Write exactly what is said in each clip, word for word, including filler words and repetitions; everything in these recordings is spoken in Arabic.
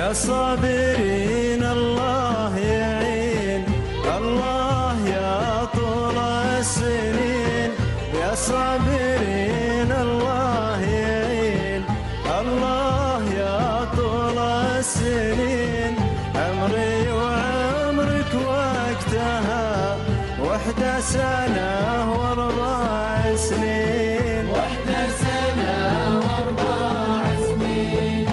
يا صابرين الله يعين، الله يا طول السنين. يا صابرين الله يعين، الله يا طول السنين. عمري وعمرك وقتها وحدة سنة واربع سنين، وحدة سنة واربع سنين.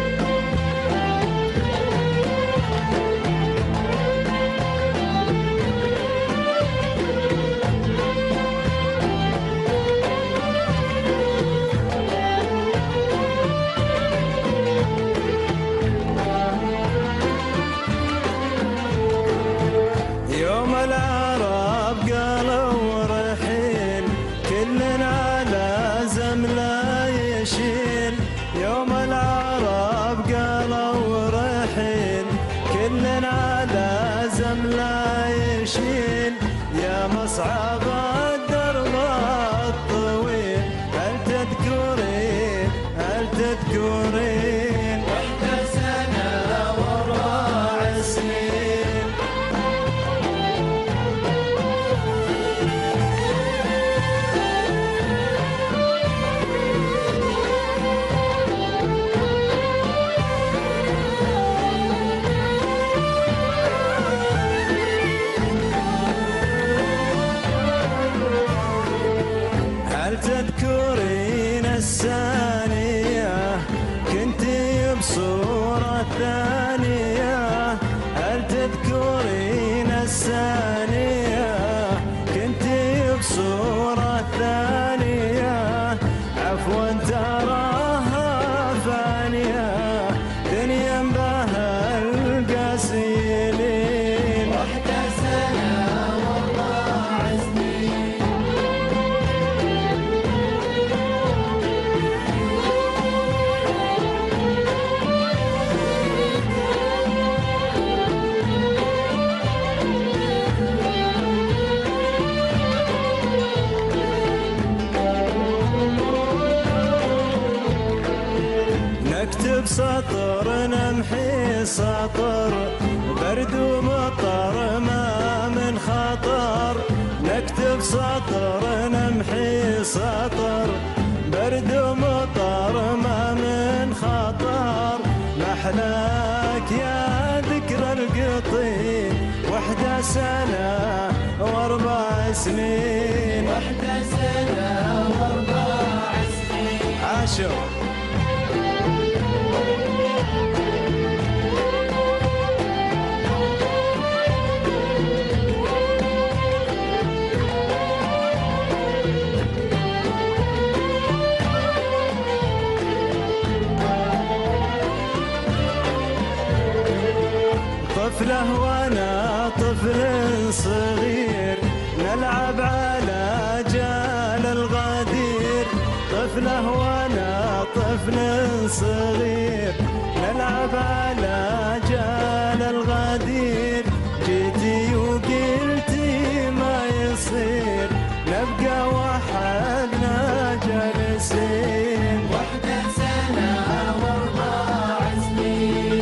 يوم العرب قالوا رحيل كلنا لازم لا يشيل. يوم العرب قالوا رحيل كلنا لازم لا يشيل. يا مصعب الدرب الطويل هل تذكرين هل تذكرين وحدة سنة واربع سنين. هل تذكرين الثانية كنتي بصورة ثانية؟ هل تذكرين الثانية كنتي بصورة ثانية؟ عفوا تراها فانية دنيا بها القاسيين. وحدة سنة واربع سنين. نكتب سطر نمحي سطر برد ومطر ما من خطر. نكتب سطر نمحي سطر برد ومطر ما من خطر. محلاك يا ذكرى القطين وحدة سنة واربع سنين. وحدة سنة واربع سنين. عاشوا طفله وانا طفل صغير نلعب على جال الغدير. طفله وانا طفل صغير نلعب على جال الغدير. جيتي وقلتي ما يصير نبقى وحدنا جالسين. وحدة سنة واربع سنين.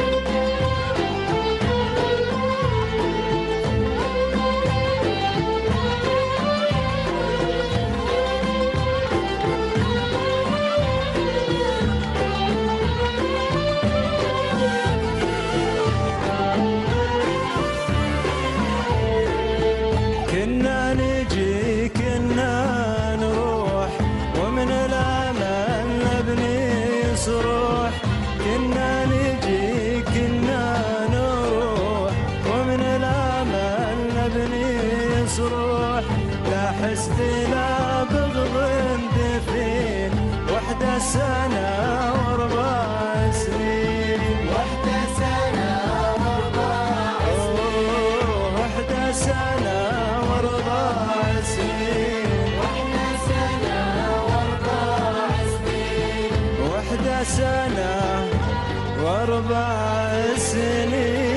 كنا نجي كنا نروح ومن الأمل نبني صروح. كنا نجي كنا نروح ومن الأمل نبني صروح. لا حسد لا بغض دفين وحدة سنة واربع سنين. وحدة سنة واربع سنين. وحدة سنة واربع سنين. وحدة سنة واربع سنين. وحدة سنة واربع سنين.